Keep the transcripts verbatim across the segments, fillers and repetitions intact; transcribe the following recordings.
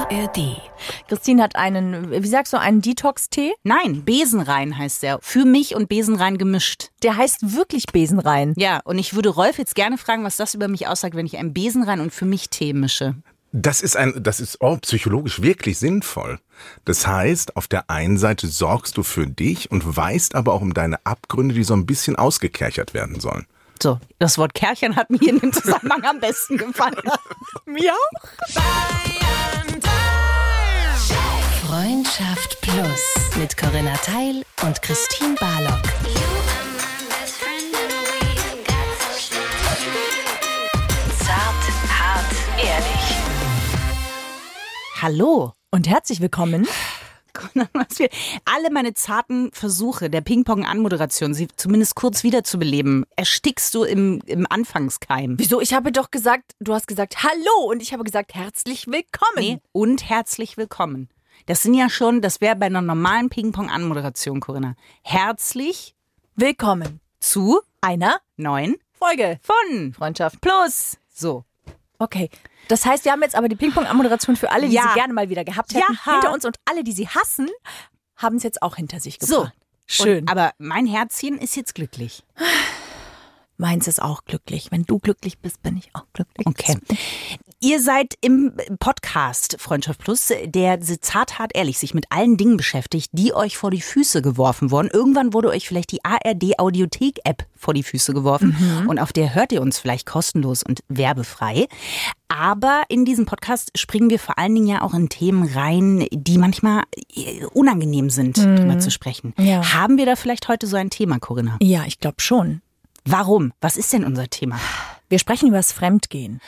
R D. Christine hat einen, wie sagst du, einen Detox-Tee? Nein, Besenrein heißt der. Für mich und Besenrein gemischt. Der heißt wirklich Besenrein. Ja, und ich würde Rolf jetzt gerne fragen, was das über mich aussagt, wenn ich einen Besenrein und für mich Tee mische. Das ist ein, das ist oh, psychologisch wirklich sinnvoll. Das heißt, auf der einen Seite sorgst du für dich und weißt aber auch um deine Abgründe, die so ein bisschen ausgekerchert werden sollen. So, das Wort Kerchern hat mir in dem Zusammenhang am besten gefallen. Mir auch. Freundschaft Plus mit Corinna Teil und Christine Barlock. Zart, hart, ehrlich. Hallo. Und herzlich willkommen. Alle meine zarten Versuche der Ping-Pong-Anmoderation, sie zumindest kurz wiederzubeleben, erstickst du im, im Anfangskeim. Wieso? Ich habe doch gesagt, du hast gesagt Hallo und ich habe gesagt herzlich willkommen. Nee, und herzlich willkommen. Das sind ja schon, das wäre bei einer normalen Ping-Pong-Anmoderation, Corinna. Herzlich willkommen zu einer neuen Folge von Freundschaft Plus. So. Okay, das heißt, wir haben jetzt aber die Ping-Pong-Anmoderation für alle, die Ja. sie gerne mal wieder gehabt hätten, Ja. hinter uns und alle, die sie hassen, haben es jetzt auch hinter sich So. gebracht. Schön. Und, aber mein Herzchen ist jetzt glücklich. Meins ist auch glücklich. Wenn du glücklich bist, bin ich auch glücklich. Okay. Ihr seid im Podcast Freundschaft Plus, der zart hart ehrlich sich mit allen Dingen beschäftigt, die euch vor die Füße geworfen wurden. Irgendwann wurde euch vielleicht die A R D Audiothek App vor die Füße geworfen mhm. und auf der hört ihr uns vielleicht kostenlos und werbefrei. Aber in diesem Podcast springen wir vor allen Dingen ja auch in Themen rein, die manchmal unangenehm sind, mhm. drüber zu sprechen. Ja. Haben wir da vielleicht heute so ein Thema, Corinna? Ja, ich glaube schon. Warum? Was ist denn unser Thema? Wir sprechen über das Fremdgehen.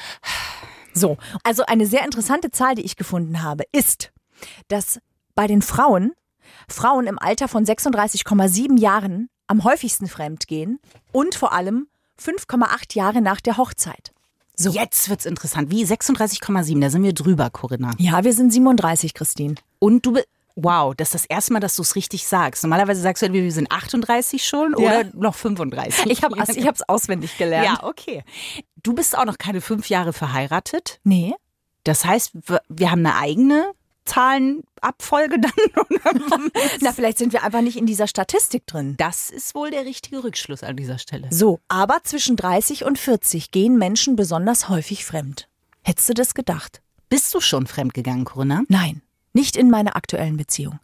So, also eine sehr interessante Zahl, die ich gefunden habe, ist, dass bei den Frauen, Frauen im Alter von sechsunddreißig Komma sieben Jahren am häufigsten fremdgehen und vor allem fünf Komma acht Jahre nach der Hochzeit. So. Jetzt wird's interessant. Wie sechsunddreißig Komma sieben, da sind wir drüber, Corinna. Ja, wir sind siebenunddreißig, Christine. Und du bist... Wow, das ist das erste Mal, dass du es richtig sagst. Normalerweise sagst du entweder, wir sind achtunddreißig schon Ja. oder noch fünfunddreißig. Ich habe ich hab's auswendig gelernt. Ja, okay. Du bist auch noch keine fünf Jahre verheiratet. Nee. Das heißt, wir haben eine eigene Zahlenabfolge dann? Na, vielleicht sind wir einfach nicht in dieser Statistik drin. Das ist wohl der richtige Rückschluss an dieser Stelle. So, aber zwischen dreißig und vierzig gehen Menschen besonders häufig fremd. Hättest du das gedacht? Bist du schon fremdgegangen, Corinna? Nein. Nicht in meiner aktuellen Beziehung.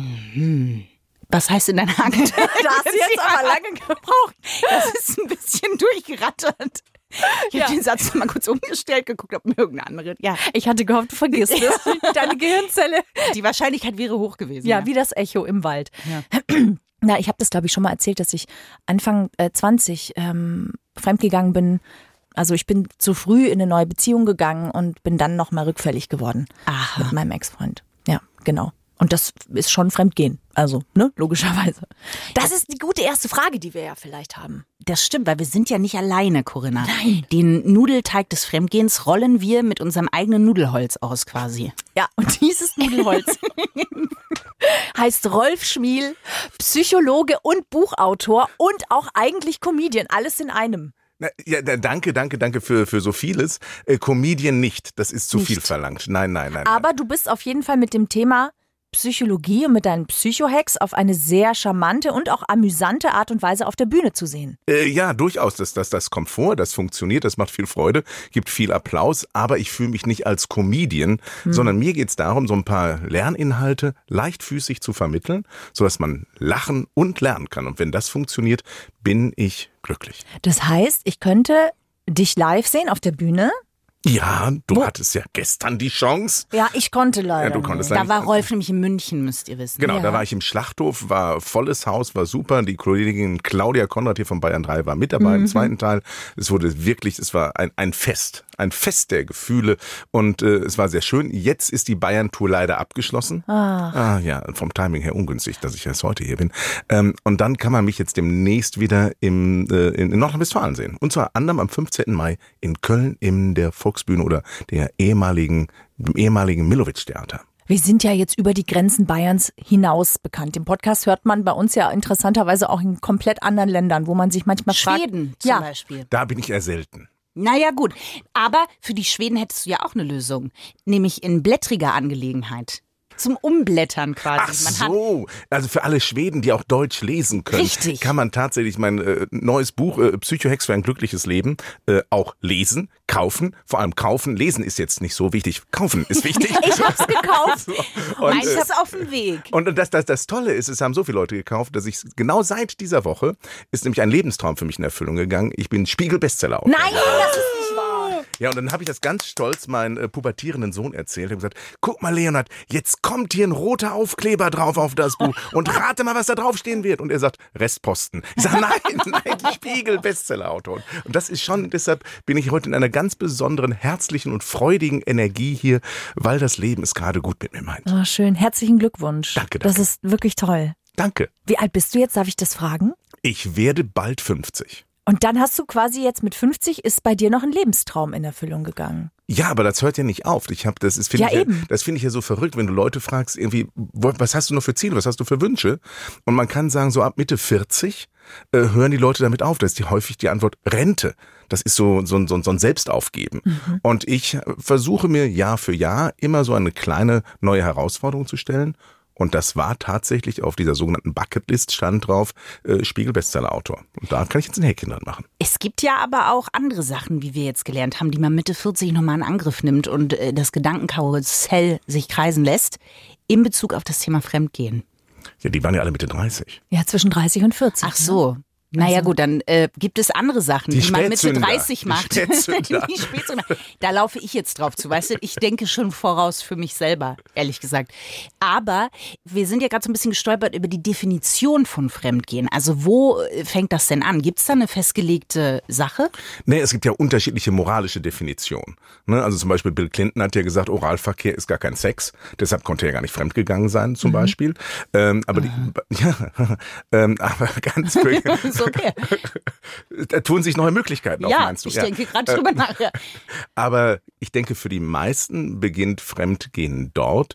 Mhm. Was heißt in deiner aktuellen Beziehung? Da hast du jetzt aber lange gebraucht. Das ist ein bisschen durchgerattert. Ich Ja. habe den Satz mal kurz umgestellt, geguckt, ob mir irgendeine andere... Ja, Ich hatte gehofft, du vergisst es. Deine Gehirnzelle. die Wahrscheinlichkeit wäre hoch gewesen. Ja, wie das Echo im Wald. Ja. Na, ich habe das, glaube ich, schon mal erzählt, dass ich Anfang äh, zwanzig ähm, fremdgegangen bin. Also ich bin zu früh in eine neue Beziehung gegangen und bin dann nochmal rückfällig geworden. Aha. Mit meinem Ex-Freund. Ja, genau. Und das ist schon Fremdgehen. Also, ne, logischerweise. Das ist die gute erste Frage, die wir ja vielleicht haben. Das stimmt, weil wir sind ja nicht alleine, Corinna. Nein. Den Nudelteig des Fremdgehens rollen wir mit unserem eigenen Nudelholz aus quasi. Ja, und dieses Nudelholz heißt Rolf Schmiel, Psychologe und Buchautor und auch eigentlich Comedian. Alles in einem. Na, ja, da- danke, danke, danke für, für so vieles. Äh, Comedian nicht, das ist zu Nicht. viel verlangt. Nein, nein, nein. Aber du bist auf jeden Fall mit dem Thema Psychologie und mit deinen Psychohacks auf eine sehr charmante und auch amüsante Art und Weise auf der Bühne zu sehen. Äh, ja, durchaus, das, das, das kommt vor, das funktioniert, das macht viel Freude, gibt viel Applaus, aber ich fühle mich nicht als Comedian, Hm. sondern mir geht's darum, so ein paar Lerninhalte leichtfüßig zu vermitteln, sodass man lachen und lernen kann. Und wenn das funktioniert, bin ich glücklich. Das heißt, ich könnte dich live sehen auf der Bühne. Ja, du Wo- hattest ja gestern die Chance. Ja, ich konnte leider. Ja, du konntest nicht. Da war Rolf nämlich in München, müsst ihr wissen. Genau, Ja. da war ich im Schlachthof, war volles Haus, war super. Die Kollegin Claudia Konrad hier von Bayern drei war mit dabei Mhm. im zweiten Teil. Es wurde wirklich, es war ein, ein Fest, ein Fest der Gefühle und äh, es war sehr schön. Jetzt ist die Bayern-Tour leider abgeschlossen. Ah. ah ja, vom Timing her ungünstig, dass ich erst heute hier bin. Ähm, und dann kann man mich jetzt demnächst wieder im, äh, in, in Nordrhein-Westfalen sehen. Und zwar anderem am fünfzehnten Mai in Köln in der Volksbühne oder der ehemaligen, dem ehemaligen Millowitsch-Theater. Wir sind ja jetzt über die Grenzen Bayerns hinaus bekannt. Den Podcast hört man bei uns ja interessanterweise auch in komplett anderen Ländern, wo man sich manchmal fragt. Schweden zum ja, Beispiel. Da bin ich eher selten. Naja, gut. Aber für die Schweden hättest du ja auch eine Lösung. Nämlich in blättriger Angelegenheit. Zum Umblättern quasi. Ach man so, also für alle Schweden, die auch Deutsch lesen können, Richtig. kann man tatsächlich mein äh, neues Buch äh, Psychohex für ein glückliches Leben äh, auch lesen, kaufen. Vor allem kaufen, lesen ist jetzt nicht so wichtig. Kaufen ist wichtig. Ich hab's gekauft. Und, Meins äh, ist auf dem Weg. Und das, das, das Tolle ist, es haben so viele Leute gekauft, dass ich genau seit dieser Woche ist nämlich ein Lebenstraum für mich in Erfüllung gegangen. Ich bin Spiegel-Bestseller-Autor. Nein, das ist nicht wahr. Ja, und dann habe ich das ganz stolz meinen äh, pubertierenden Sohn erzählt. Ich habe gesagt, guck mal Leonhard, jetzt kommt hier ein roter Aufkleber drauf auf das Buch und rate mal, was da draufstehen wird. Und er sagt, Restposten. Ich sage, nein, nein, Spiegel, Bestsellerautor. Und das ist schon, deshalb bin ich heute in einer ganz besonderen, herzlichen und freudigen Energie hier, weil das Leben es gerade gut mit mir meint. Oh, schön. Herzlichen Glückwunsch. Danke, danke. Das ist wirklich toll. Danke. Wie alt bist du jetzt? Darf ich das fragen? Ich werde bald fünfzig. Und dann hast du quasi jetzt mit fünfzig ist bei dir noch ein Lebenstraum in Erfüllung gegangen. Ja, aber das hört ja nicht auf. Ich habe das ist finde Ja, ich eben. ja, das finde ich ja so verrückt, wenn du Leute fragst, irgendwie, wo- was hast du noch für Ziele, was hast du für Wünsche? Und man kann sagen, so ab Mitte vierzig äh, hören die Leute damit auf. Da ist die häufig die Antwort Rente. Das ist so so, so, so ein Selbstaufgeben. Mhm. Und ich versuche mir Jahr für Jahr immer so eine kleine neue Herausforderung zu stellen. Und das war tatsächlich auf dieser sogenannten Bucketlist stand drauf, äh, Spiegel-Bestseller-Autor. Und da kann ich jetzt ein Häkchen dran machen. Es gibt ja aber auch andere Sachen, wie wir jetzt gelernt haben, die man Mitte vierzig nochmal in Angriff nimmt und äh, das Gedankenkarussell sich kreisen lässt in Bezug auf das Thema Fremdgehen. Ja, die waren ja alle Mitte dreißig. Ja, zwischen dreißig und vierzig. Ach so. Naja Also- gut, dann äh, gibt es andere Sachen, Die die, man Mitte Spätzünder. dreißig Die macht. Spätzünder. Die Spätzünder. Da laufe ich jetzt drauf zu, weißt du? Ich denke schon voraus für mich selber, ehrlich gesagt. Aber wir sind ja gerade so ein bisschen gestolpert über die Definition von Fremdgehen. Also wo äh, fängt das denn an? Gibt es da eine festgelegte Sache? Nee, es gibt ja unterschiedliche moralische Definitionen. Ne? Also zum Beispiel Bill Clinton hat ja gesagt, Oralverkehr ist gar kein Sex. Deshalb konnte er gar nicht fremdgegangen sein, zum Beispiel. Ähm, aber, die, ja, ähm, aber ganz Ist okay. da tun sich neue Möglichkeiten auf, Ja, meinst du? ich denke gerade drüber nach. Ja. Aber ich denke, für die meisten beginnt Fremdgehen dort,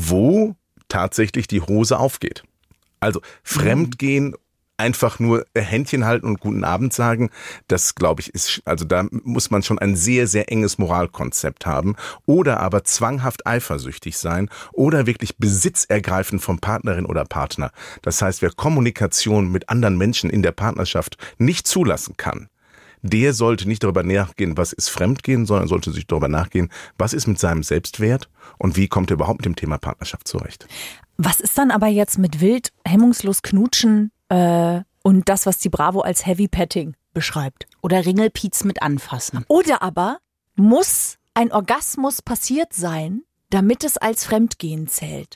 wo tatsächlich die Hose aufgeht. Also Fremdgehen, einfach nur Händchen halten und guten Abend sagen, das glaube ich ist, also da muss man schon ein sehr, sehr enges Moralkonzept haben oder aber zwanghaft eifersüchtig sein oder wirklich Besitz ergreifen vom Partnerin oder Partner. Das heißt, wer Kommunikation mit anderen Menschen in der Partnerschaft nicht zulassen kann, der sollte nicht darüber nachgehen, was ist Fremdgehen, sondern sollte sich darüber nachgehen, was ist mit seinem Selbstwert und wie kommt er überhaupt mit dem Thema Partnerschaft zurecht. Was ist dann aber jetzt mit wild, hemmungslos knutschen äh, und das, was die Bravo als Heavy Petting beschreibt? Oder Ringelpiez mit anfassen. Oder aber muss ein Orgasmus passiert sein, damit es als Fremdgehen zählt?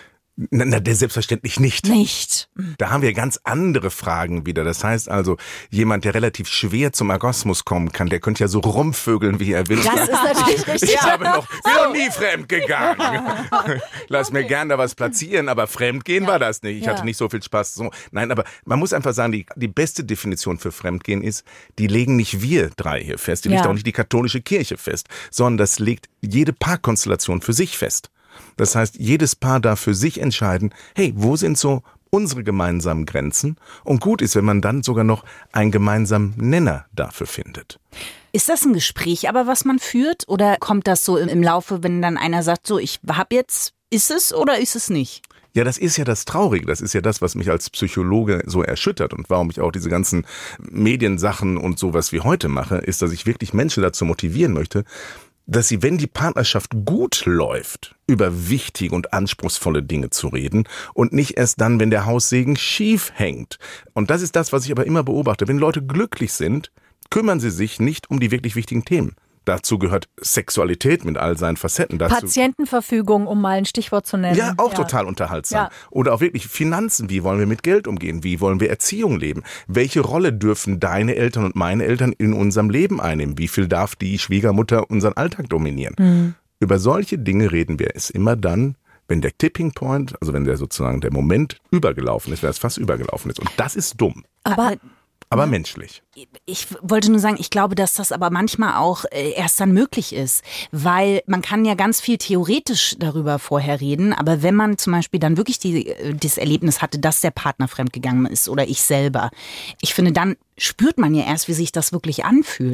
Na, na, der selbstverständlich nicht. Nicht. Da haben wir ganz andere Fragen wieder. Das heißt also, jemand, der relativ schwer zum Orgasmus kommen kann, der könnte ja so rumvögeln, wie er will. Das ist natürlich richtig. Ich habe noch, bin noch nie fremd gegangen. Lass mir gern da was platzieren, aber fremdgehen war das nicht. Ich Ja. hatte nicht so viel Spaß. So. Nein, aber man muss einfach sagen, die, die beste Definition für Fremdgehen ist, die legen nicht wir drei hier fest, die Ja. legt auch nicht die katholische Kirche fest, sondern das legt jede Paarkonstellation für sich fest. Das heißt, jedes Paar darf für sich entscheiden, hey, wo sind so unsere gemeinsamen Grenzen? Und gut ist, wenn man dann sogar noch einen gemeinsamen Nenner dafür findet. Ist das ein Gespräch aber, was man führt? Oder kommt das so im, im Laufe, wenn dann einer sagt, so, ich hab jetzt, ist es oder ist es nicht? Ja, das ist ja das Traurige. Das ist ja das, was mich als Psychologe so erschüttert und warum ich auch diese ganzen Mediensachen und sowas wie heute mache, ist, dass ich wirklich Menschen dazu motivieren möchte, dass sie, wenn die Partnerschaft gut läuft, über wichtige und anspruchsvolle Dinge zu reden und nicht erst dann, wenn der Haussegen schief hängt. Und das ist das, was ich aber immer beobachte. Wenn Leute glücklich sind, kümmern sie sich nicht um die wirklich wichtigen Themen. Dazu gehört Sexualität mit all seinen Facetten. Dazu Patientenverfügung, um mal ein Stichwort zu nennen. Ja, auch total unterhaltsam. Ja. Oder auch wirklich Finanzen. Wie wollen wir mit Geld umgehen? Wie wollen wir Erziehung leben? Welche Rolle dürfen deine Eltern und meine Eltern in unserem Leben einnehmen? Wie viel darf die Schwiegermutter unseren Alltag dominieren? Mhm. Über solche Dinge reden wir es immer dann, wenn der Tipping Point, also wenn der sozusagen der Moment übergelaufen ist, wenn es fast übergelaufen ist. Und das ist dumm, Aber aber menschlich. Ich wollte nur sagen, ich glaube, dass das aber manchmal auch äh, erst dann möglich ist, weil man kann ja ganz viel theoretisch darüber vorher reden, aber wenn man zum Beispiel dann wirklich die, das Erlebnis hatte, dass der Partner fremdgegangen ist oder ich selber, ich finde, dann spürt man ja erst, wie sich das wirklich anfühlt.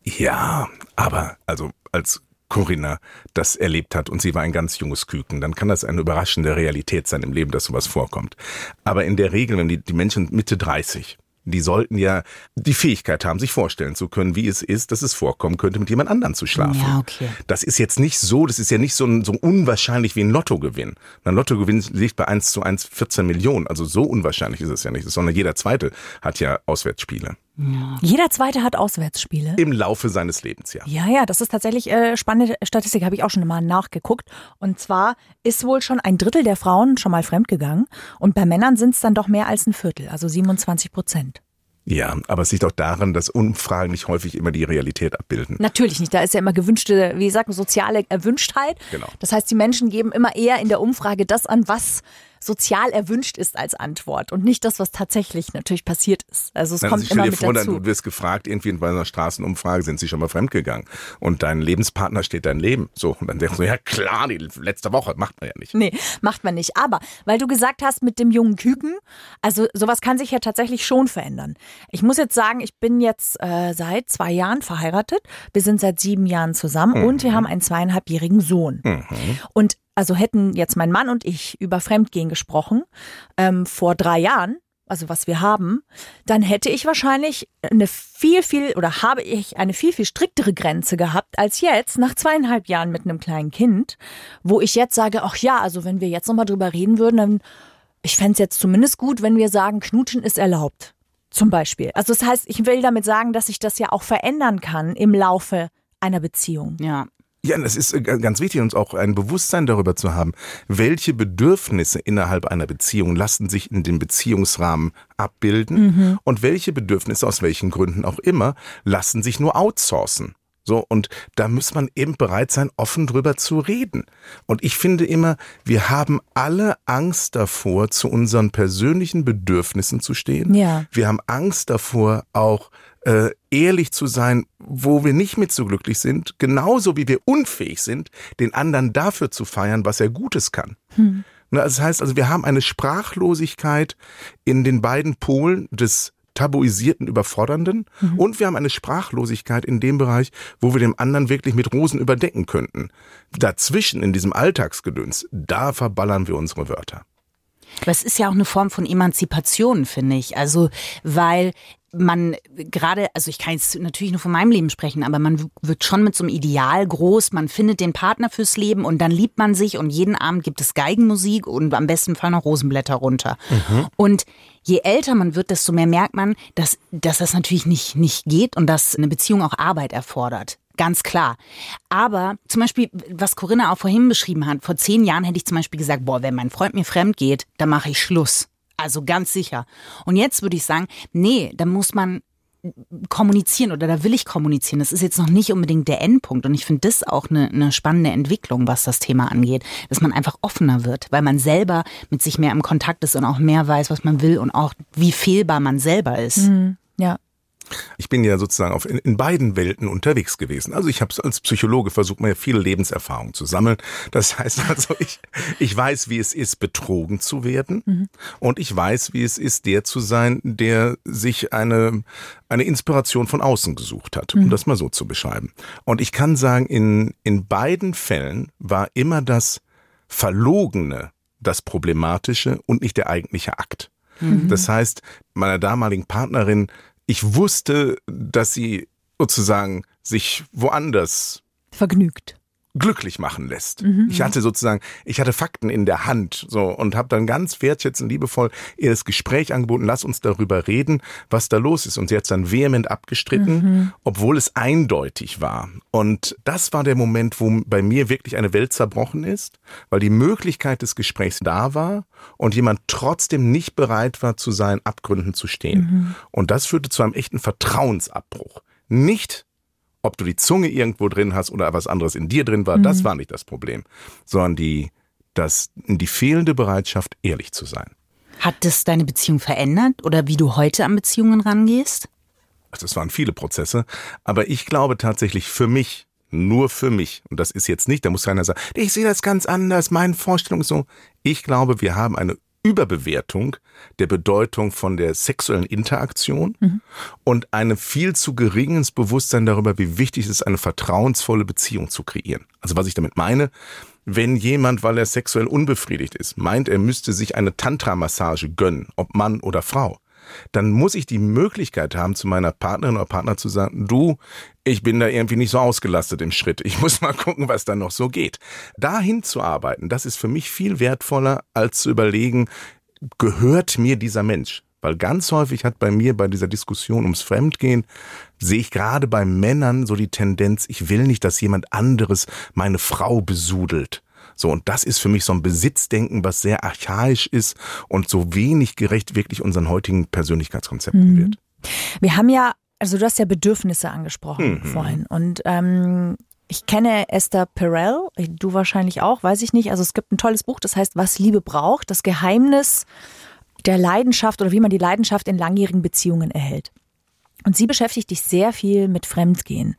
Ja, aber also als Corinna das erlebt hat und sie war ein ganz junges Küken, dann kann das eine überraschende Realität sein im Leben, dass sowas vorkommt. Aber in der Regel, wenn die, die Menschen Mitte dreißig, die sollten ja die Fähigkeit haben, sich vorstellen zu können, wie es ist, dass es vorkommen könnte, mit jemand anderem zu schlafen. Ja, okay. Das ist jetzt nicht so, das ist ja nicht so, so unwahrscheinlich wie ein Lottogewinn. Ein Lottogewinn liegt bei eins zu eins vierzehn Millionen, also so unwahrscheinlich ist es ja nicht, sondern jeder Zweite hat ja Auswärtsspiele. Ja. Jeder Zweite hat Auswärtsspiele? Im Laufe seines Lebens, ja. Ja, ja, das ist tatsächlich äh, spannende Statistik, habe ich auch schon mal nachgeguckt. Und zwar ist wohl schon ein Drittel der Frauen schon mal fremdgegangen und bei Männern sind es dann doch mehr als ein Viertel, also siebenundzwanzig Prozent. Ja, aber es liegt auch daran, dass Umfragen nicht häufig immer die Realität abbilden. Natürlich nicht, da ist ja immer gewünschte, wie sagt man, soziale Erwünschtheit. Genau. Das heißt, die Menschen geben immer eher in der Umfrage das an, was sozial erwünscht ist als Antwort und nicht das, was tatsächlich natürlich passiert ist. Also es Nein, kommt also stell immer dir mit vor, dazu. Du wirst gefragt, irgendwie bei einer Straßenumfrage, sind Sie schon mal fremdgegangen? Und dein Lebenspartner steht dein Leben. So, und dann denkst du, ja klar, die letzte Woche, macht man ja nicht. Nee, macht man nicht. Aber weil du gesagt hast mit dem jungen Küken, also sowas kann sich ja tatsächlich schon verändern. Ich muss jetzt sagen, ich bin jetzt äh, seit zwei Jahren verheiratet. Wir sind seit sieben Jahren zusammen Mhm. und wir haben einen zweieinhalbjährigen Sohn. Mhm. Und also hätten jetzt mein Mann und ich über Fremdgehen gesprochen, ähm, vor drei Jahren, also was wir haben, dann hätte ich wahrscheinlich eine viel, viel, oder habe ich eine viel, viel striktere Grenze gehabt als jetzt, nach zweieinhalb Jahren mit einem kleinen Kind, wo ich jetzt sage, ach ja, also wenn wir jetzt nochmal drüber reden würden, dann, ich fände es jetzt zumindest gut, wenn wir sagen, Knutschen ist erlaubt, zum Beispiel. Also das heißt, ich will damit sagen, dass sich das ja auch verändern kann im Laufe einer Beziehung. Ja. Ja, das ist ganz wichtig, uns auch ein Bewusstsein darüber zu haben, welche Bedürfnisse innerhalb einer Beziehung lassen sich in dem Beziehungsrahmen abbilden mhm. und welche Bedürfnisse aus welchen Gründen auch immer lassen sich nur outsourcen. So, und da muss man eben bereit sein, offen drüber zu reden. Und ich finde immer, wir haben alle Angst davor, zu unseren persönlichen Bedürfnissen zu stehen. Ja. Wir haben Angst davor, auch äh, ehrlich zu sein, wo wir nicht mit so glücklich sind, genauso wie wir unfähig sind, den anderen dafür zu feiern, was er Gutes kann. Hm. Das heißt also, wir haben eine Sprachlosigkeit in den beiden Polen des tabuisierten, überfordernden mhm. und wir haben eine Sprachlosigkeit in dem Bereich, wo wir dem anderen wirklich mit Rosen überdecken könnten. Dazwischen, in diesem Alltagsgedöns, da verballern wir unsere Wörter. Aber es ist ja auch eine Form von Emanzipation, finde ich. Also, weil man gerade, also ich kann jetzt natürlich nur von meinem Leben sprechen, aber man wird schon mit so einem Ideal groß, man findet den Partner fürs Leben und dann liebt man sich und jeden Abend gibt es Geigenmusik und am besten fallen noch Rosenblätter runter. Mhm. Und je älter man wird, desto mehr merkt man, dass, dass das natürlich nicht, nicht geht und dass eine Beziehung auch Arbeit erfordert. Ganz klar. Aber zum Beispiel, was Corinna auch vorhin beschrieben hat, vor zehn Jahren hätte ich zum Beispiel gesagt, boah, wenn mein Freund mir fremd geht, dann mache ich Schluss. Also ganz sicher. Und jetzt würde ich sagen, nee, da muss man kommunizieren oder da will ich kommunizieren. Das ist jetzt noch nicht unbedingt der Endpunkt. Und ich finde das auch eine, eine spannende Entwicklung, was das Thema angeht. Dass man einfach offener wird, weil man selber mit sich mehr im Kontakt ist und auch mehr weiß, was man will und auch wie fehlbar man selber ist. Mhm, ja. Ich bin ja sozusagen auf in, in beiden Welten unterwegs gewesen. Also ich habe als Psychologe versucht, mir viele Lebenserfahrungen zu sammeln. Das heißt also, ich, ich weiß, wie es ist, betrogen zu werden. Mhm. Und ich weiß, wie es ist, der zu sein, der sich eine, eine Inspiration von außen gesucht hat, um mhm. das mal so zu beschreiben. Und ich kann sagen, in, in beiden Fällen war immer das Verlogene das Problematische und nicht der eigentliche Akt. Mhm. Das heißt, meiner damaligen Partnerin, ich wusste, dass sie sozusagen sich woanders vergnügt, glücklich machen lässt. Mhm. Ich hatte sozusagen, ich hatte Fakten in der Hand so und habe dann ganz wertschätzend, liebevoll ihr das Gespräch angeboten, lass uns darüber reden, was da los ist. Und sie hat es dann vehement abgestritten, mhm. obwohl es eindeutig war. Und das war der Moment, wo bei mir wirklich eine Welt zerbrochen ist, weil die Möglichkeit des Gesprächs da war und jemand trotzdem nicht bereit war, zu seinen Abgründen zu stehen. Mhm. Und das führte zu einem echten Vertrauensabbruch. Nicht ob du die Zunge irgendwo drin hast oder was anderes in dir drin war, mhm. das war nicht das Problem, sondern die, das, die fehlende Bereitschaft, ehrlich zu sein. Hat das deine Beziehung verändert oder wie du heute an Beziehungen rangehst? Also es waren viele Prozesse, aber ich glaube tatsächlich für mich, nur für mich, und das ist jetzt nicht, da muss keiner sagen, ich sehe das ganz anders, meine Vorstellung ist so, ich glaube, wir haben eine Überbewertung der Bedeutung von der sexuellen Interaktion mhm. und einem viel zu geringes Bewusstsein darüber, wie wichtig es ist, eine vertrauensvolle Beziehung zu kreieren. Also was ich damit meine, wenn jemand, weil er sexuell unbefriedigt ist, meint, er müsste sich eine Tantra-Massage gönnen, ob Mann oder Frau, dann muss ich die Möglichkeit haben, zu meiner Partnerin oder Partner zu sagen, du, ich bin da irgendwie nicht so ausgelastet im Schritt. Ich muss mal gucken, was da noch so geht. Dahin zu arbeiten, das ist für mich viel wertvoller, als zu überlegen, gehört mir dieser Mensch? Weil ganz häufig hat bei mir bei dieser Diskussion ums Fremdgehen, sehe ich gerade bei Männern so die Tendenz, ich will nicht, dass jemand anderes meine Frau besudelt. So, und das ist für mich so ein Besitzdenken, was sehr archaisch ist und so wenig gerecht wirklich unseren heutigen Persönlichkeitskonzepten mhm. wird. Wir haben ja, also du hast ja Bedürfnisse angesprochen mhm. vorhin und ähm, ich kenne Esther Perel, du wahrscheinlich auch, weiß ich nicht. Also es gibt ein tolles Buch, das heißt, was Liebe braucht, das Geheimnis der Leidenschaft oder wie man die Leidenschaft in langjährigen Beziehungen erhält. Und sie beschäftigt sich sehr viel mit Fremdgehen.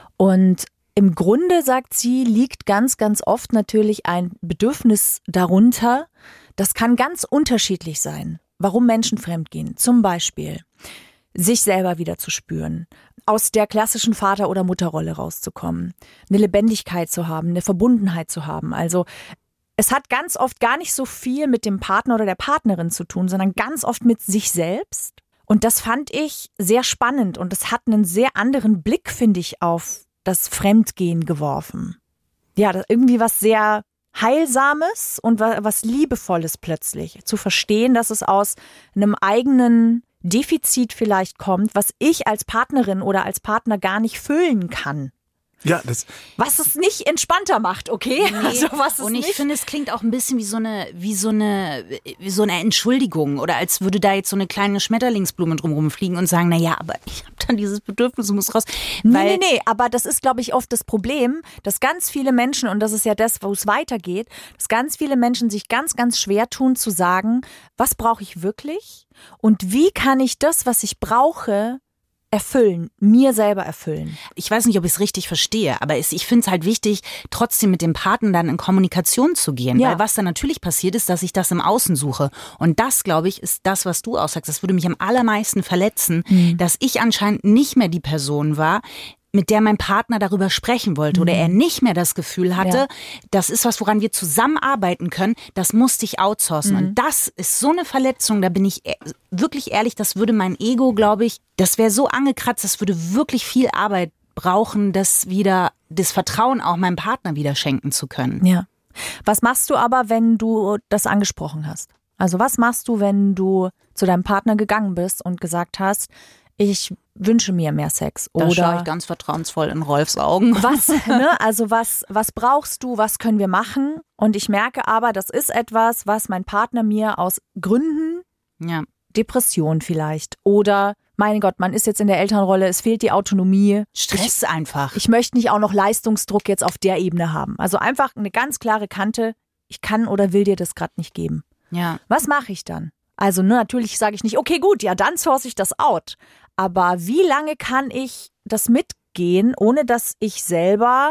Und im Grunde, sagt sie, liegt ganz, ganz oft natürlich ein Bedürfnis darunter. Das kann ganz unterschiedlich sein, warum Menschen fremdgehen. Zum Beispiel sich selber wieder zu spüren, aus der klassischen Vater- oder Mutterrolle rauszukommen, eine Lebendigkeit zu haben, eine Verbundenheit zu haben. Also es hat ganz oft gar nicht so viel mit dem Partner oder der Partnerin zu tun, sondern ganz oft mit sich selbst. Und das fand ich sehr spannend und es hat einen sehr anderen Blick, finde ich, auf das Fremdgehen geworfen. Ja, das irgendwie was sehr Heilsames und was Liebevolles plötzlich. Zu verstehen, dass es aus einem eigenen Defizit vielleicht kommt, was ich als Partnerin oder als Partner gar nicht füllen kann. Ja, das was es nicht entspannter macht, okay? Nee, also was es und ich nicht finde, es klingt auch ein bisschen wie so eine, wie so eine, wie so eine Entschuldigung oder als würde da jetzt so eine kleine Schmetterlingsblume drumherum fliegen und sagen, na ja, aber ich habe dann dieses Bedürfnis und muss raus. Weil nee, nee, nee, aber das ist, glaube ich, oft das Problem, dass ganz viele Menschen, und das ist ja das, wo es weitergeht, dass ganz viele Menschen sich ganz, ganz schwer tun zu sagen, was brauche ich wirklich und wie kann ich das, was ich brauche, erfüllen, mir selber erfüllen. Ich weiß nicht, ob ich es richtig verstehe, aber ich finde es halt wichtig, trotzdem mit dem Partner dann in Kommunikation zu gehen. Ja. Weil was dann natürlich passiert ist, dass ich das im Außen suche. Und das, glaube ich, ist das, was du aussagst. Das würde mich am allermeisten verletzen, mhm. dass ich anscheinend nicht mehr die Person war, mit der mein Partner darüber sprechen wollte, mhm. oder er nicht mehr das Gefühl hatte, ja. das ist was, woran wir zusammenarbeiten können, das musste ich outsourcen. Mhm. Und das ist so eine Verletzung, da bin ich wirklich ehrlich, das würde mein Ego, glaube ich, das wäre so angekratzt, das würde wirklich viel Arbeit brauchen, das wieder, das Vertrauen auch meinem Partner wieder schenken zu können. Ja. Was machst du aber, wenn du das angesprochen hast? Also was machst du, wenn du zu deinem Partner gegangen bist und gesagt hast, ich wünsche mir mehr Sex? Da oder schaue ich ganz vertrauensvoll in Rolfs Augen. Was, ne? Also was, was brauchst du, was können wir machen? Und ich merke aber, das ist etwas, was mein Partner mir aus Gründen, ja. Depression vielleicht oder, mein Gott, man ist jetzt in der Elternrolle, es fehlt die Autonomie. Stress ich, einfach. Ich möchte nicht auch noch Leistungsdruck jetzt auf der Ebene haben. Also einfach eine ganz klare Kante, ich kann oder will dir das gerade nicht geben. Ja. Was mache ich dann? Also ne, natürlich sage ich nicht, okay gut, ja dann source ich das out. Aber wie lange kann ich das mitgehen, ohne dass ich selber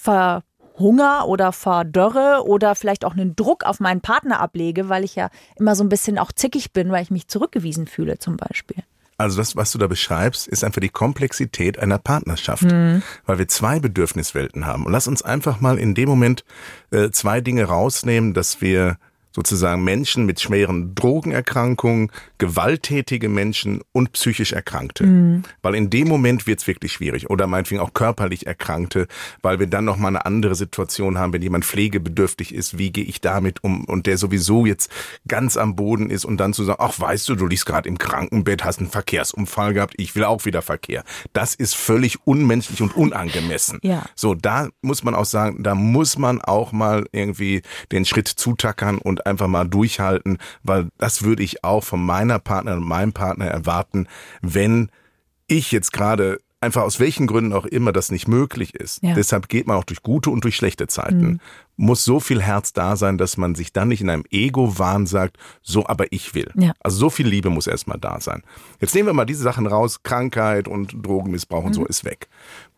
verhungere oder verdörre oder vielleicht auch einen Druck auf meinen Partner ablege, weil ich ja immer so ein bisschen auch zickig bin, weil ich mich zurückgewiesen fühle zum Beispiel. Also das, was du da beschreibst, ist einfach die Komplexität einer Partnerschaft, mhm. weil wir zwei Bedürfniswelten haben. Und lass uns einfach mal in dem Moment äh, zwei Dinge rausnehmen, dass wir sozusagen Menschen mit schweren Drogenerkrankungen, gewalttätige Menschen und psychisch Erkrankte. Mhm. Weil in dem Moment wird's wirklich schwierig. Oder meinetwegen auch körperlich Erkrankte, weil wir dann nochmal eine andere Situation haben, wenn jemand pflegebedürftig ist, wie gehe ich damit um? Und der sowieso jetzt ganz am Boden ist und dann zu sagen, ach weißt du, du liegst gerade im Krankenbett, hast einen Verkehrsunfall gehabt, ich will auch wieder Verkehr. Das ist völlig unmenschlich und unangemessen. Ja. So, da muss man auch sagen, da muss man auch mal irgendwie den Schritt zutackern und einfach mal durchhalten, weil das würde ich auch von meiner Partnerin und meinem Partner erwarten, wenn ich jetzt gerade einfach aus welchen Gründen auch immer das nicht möglich ist. Ja. Deshalb geht man auch durch gute und durch schlechte Zeiten. Mhm. Muss so viel Herz da sein, dass man sich dann nicht in einem Ego-Wahn sagt, so, aber ich will. Ja. Also so viel Liebe muss erstmal da sein. Jetzt nehmen wir mal diese Sachen raus, Krankheit und Drogenmissbrauch und mhm. so ist weg.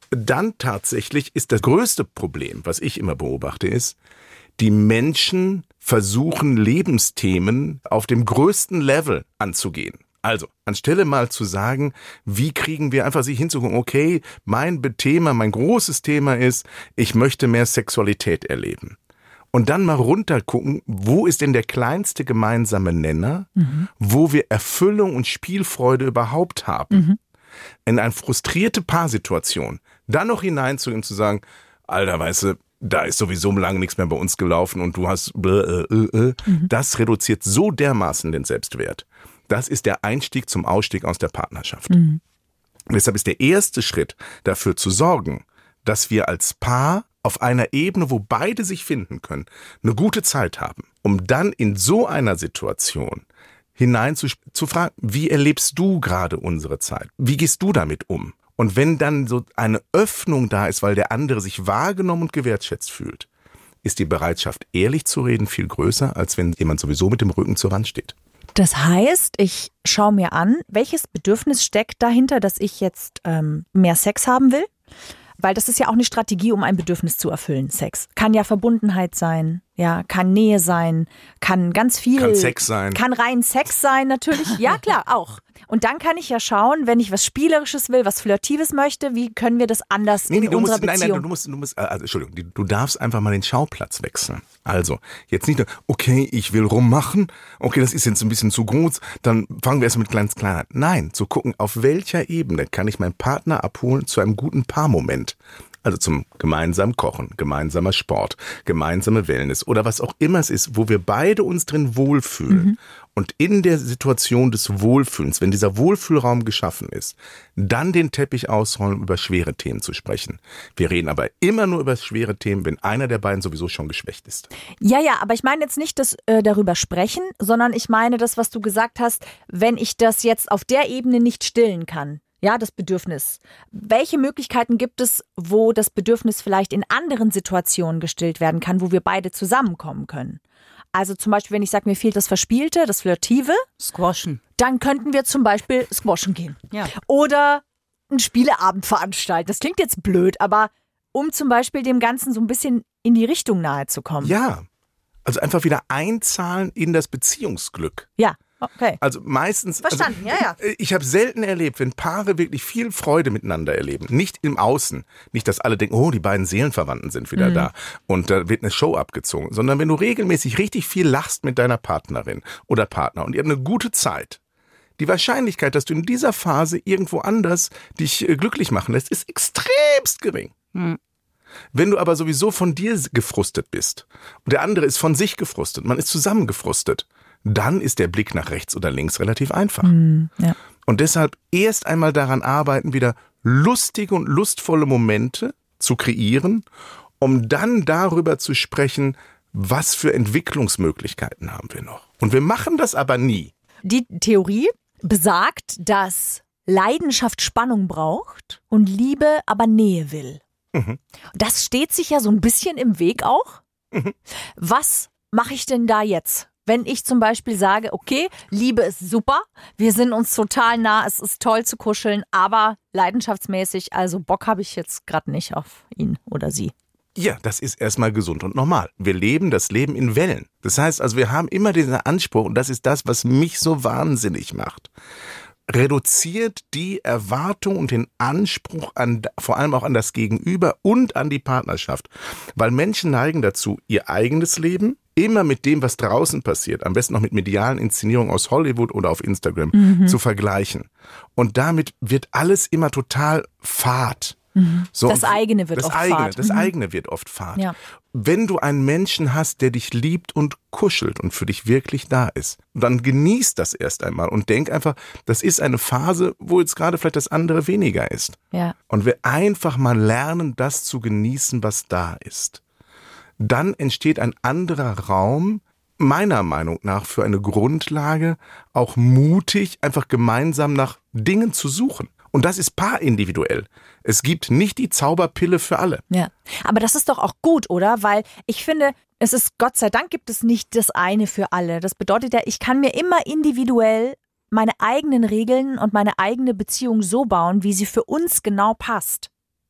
dann tatsächlich ist das größte Problem, was ich immer beobachte, ist, die Menschen versuchen, Lebensthemen auf dem größten Level anzugehen. Also, anstelle mal zu sagen, wie kriegen wir einfach sich hinzugucken, okay, mein Thema, mein großes Thema ist, ich möchte mehr Sexualität erleben. Und dann mal runtergucken, wo ist denn der kleinste gemeinsame Nenner, mhm. wo wir Erfüllung und Spielfreude überhaupt haben. Mhm. In eine frustrierte Paarsituation, dann noch hineinzugehen und zu sagen, Alter, weißt du, da ist sowieso lange nichts mehr bei uns gelaufen und du hast, äh, äh, äh. Mhm. Das reduziert so dermaßen den Selbstwert. Das ist der Einstieg zum Ausstieg aus der Partnerschaft. Mhm. Und deshalb ist der erste Schritt, dafür zu sorgen, dass wir als Paar auf einer Ebene, wo beide sich finden können, eine gute Zeit haben, um dann in so einer Situation hinein zu, zu fragen, wie erlebst du gerade unsere Zeit? Wie gehst du damit um? Und wenn dann so eine Öffnung da ist, weil der andere sich wahrgenommen und gewertschätzt fühlt, ist die Bereitschaft, ehrlich zu reden, viel größer, als wenn jemand sowieso mit dem Rücken zur Wand steht. Das heißt, ich schaue mir an, welches Bedürfnis steckt dahinter, dass ich jetzt ähm, mehr Sex haben will. Weil das ist ja auch eine Strategie, um ein Bedürfnis zu erfüllen. Sex kann ja Verbundenheit sein, ja, kann Nähe sein, kann ganz viel. Kann Sex sein. Kann rein Sex sein natürlich. Ja, klar, auch. Und dann kann ich ja schauen, wenn ich was Spielerisches will, was Flirtives möchte, wie können wir das anders nee, nee, in du unserer musst, Beziehung? Nein, nein, du musst, du musst, also, Entschuldigung, du darfst einfach mal den Schauplatz wechseln. Also, jetzt nicht nur, okay, ich will rummachen, okay, das ist jetzt ein bisschen zu groß, dann fangen wir erst mit ganz klein an. Nein, zu gucken, auf welcher Ebene kann ich meinen Partner abholen zu einem guten Paarmoment. Also zum gemeinsamen Kochen, gemeinsamer Sport, gemeinsame Wellness oder was auch immer es ist, wo wir beide uns drin wohlfühlen. Mhm. Und in der Situation des Wohlfühlens, wenn dieser Wohlfühlraum geschaffen ist, dann den Teppich ausrollen, um über schwere Themen zu sprechen. Wir reden aber immer nur über schwere Themen, wenn einer der beiden sowieso schon geschwächt ist. Ja, ja, aber ich meine jetzt nicht das äh, darüber sprechen, sondern ich meine das, was du gesagt hast, wenn ich das jetzt auf der Ebene nicht stillen kann. Ja, das Bedürfnis. Welche Möglichkeiten gibt es, wo das Bedürfnis vielleicht in anderen Situationen gestillt werden kann, wo wir beide zusammenkommen können? Also zum Beispiel, wenn ich sage, mir fehlt das Verspielte, das Flirtive. Squashen. Dann könnten wir zum Beispiel squashen gehen. Ja. Oder einen Spieleabend veranstalten. Das klingt jetzt blöd, aber um zum Beispiel dem Ganzen so ein bisschen in die Richtung nahe zu kommen. Ja, also einfach wieder einzahlen in das Beziehungsglück. Ja. Okay. Also meistens. Verstanden, also, ja, ja. Ich habe selten erlebt, wenn Paare wirklich viel Freude miteinander erleben. Nicht im Außen. Nicht, dass alle denken, oh, die beiden Seelenverwandten sind wieder mhm. da. Und da wird eine Show abgezogen. Sondern wenn du regelmäßig richtig viel lachst mit deiner Partnerin oder Partner und ihr habt eine gute Zeit. Die Wahrscheinlichkeit, dass du in dieser Phase irgendwo anders dich glücklich machen lässt, ist extremst gering. Mhm. Wenn du aber sowieso von dir gefrustet bist und der andere ist von sich gefrustet, man ist zusammen gefrustet, dann ist der Blick nach rechts oder links relativ einfach. Mm, ja. Und deshalb erst einmal daran arbeiten, wieder lustige und lustvolle Momente zu kreieren, um dann darüber zu sprechen, was für Entwicklungsmöglichkeiten haben wir noch. Und wir machen das aber nie. Die Theorie besagt, dass Leidenschaft Spannung braucht und Liebe aber Nähe will. Mhm. Das steht sich ja so ein bisschen im Weg auch. Mhm. Was mache ich denn da jetzt? Wenn ich zum Beispiel sage, okay, Liebe ist super, wir sind uns total nah, es ist toll zu kuscheln, aber leidenschaftsmäßig, also Bock habe ich jetzt gerade nicht auf ihn oder sie. Ja, das ist erstmal gesund und normal. Wir leben das Leben in Wellen. Das heißt also, wir haben immer diesen Anspruch, und das ist das, was mich so wahnsinnig macht. Reduziert die Erwartung und den Anspruch an, vor allem auch an das Gegenüber und an die Partnerschaft. Weil Menschen neigen dazu, ihr eigenes Leben immer mit dem, was draußen passiert, am besten noch mit medialen Inszenierungen aus Hollywood oder auf Instagram, mhm. zu vergleichen. Und damit wird alles immer total fad. Mhm. So, das eigene wird das oft eigene, fad. Das mhm. eigene wird oft fad. Ja. Wenn du einen Menschen hast, der dich liebt und kuschelt und für dich wirklich da ist, dann genieß das erst einmal und denk einfach, das ist eine Phase, wo jetzt gerade vielleicht das andere weniger ist. Ja. Und wir einfach mal lernen, das zu genießen, was da ist. Dann entsteht ein anderer Raum, meiner Meinung nach, für eine Grundlage, auch mutig, einfach gemeinsam nach Dingen zu suchen. Und das ist paarindividuell. Es gibt nicht die Zauberpille für alle. Ja, aber das ist doch auch gut, oder? Weil ich finde, es ist, Gott sei Dank gibt es nicht das eine für alle. Das bedeutet ja, ich kann mir immer individuell meine eigenen Regeln und meine eigene Beziehung so bauen, wie sie für uns genau passt.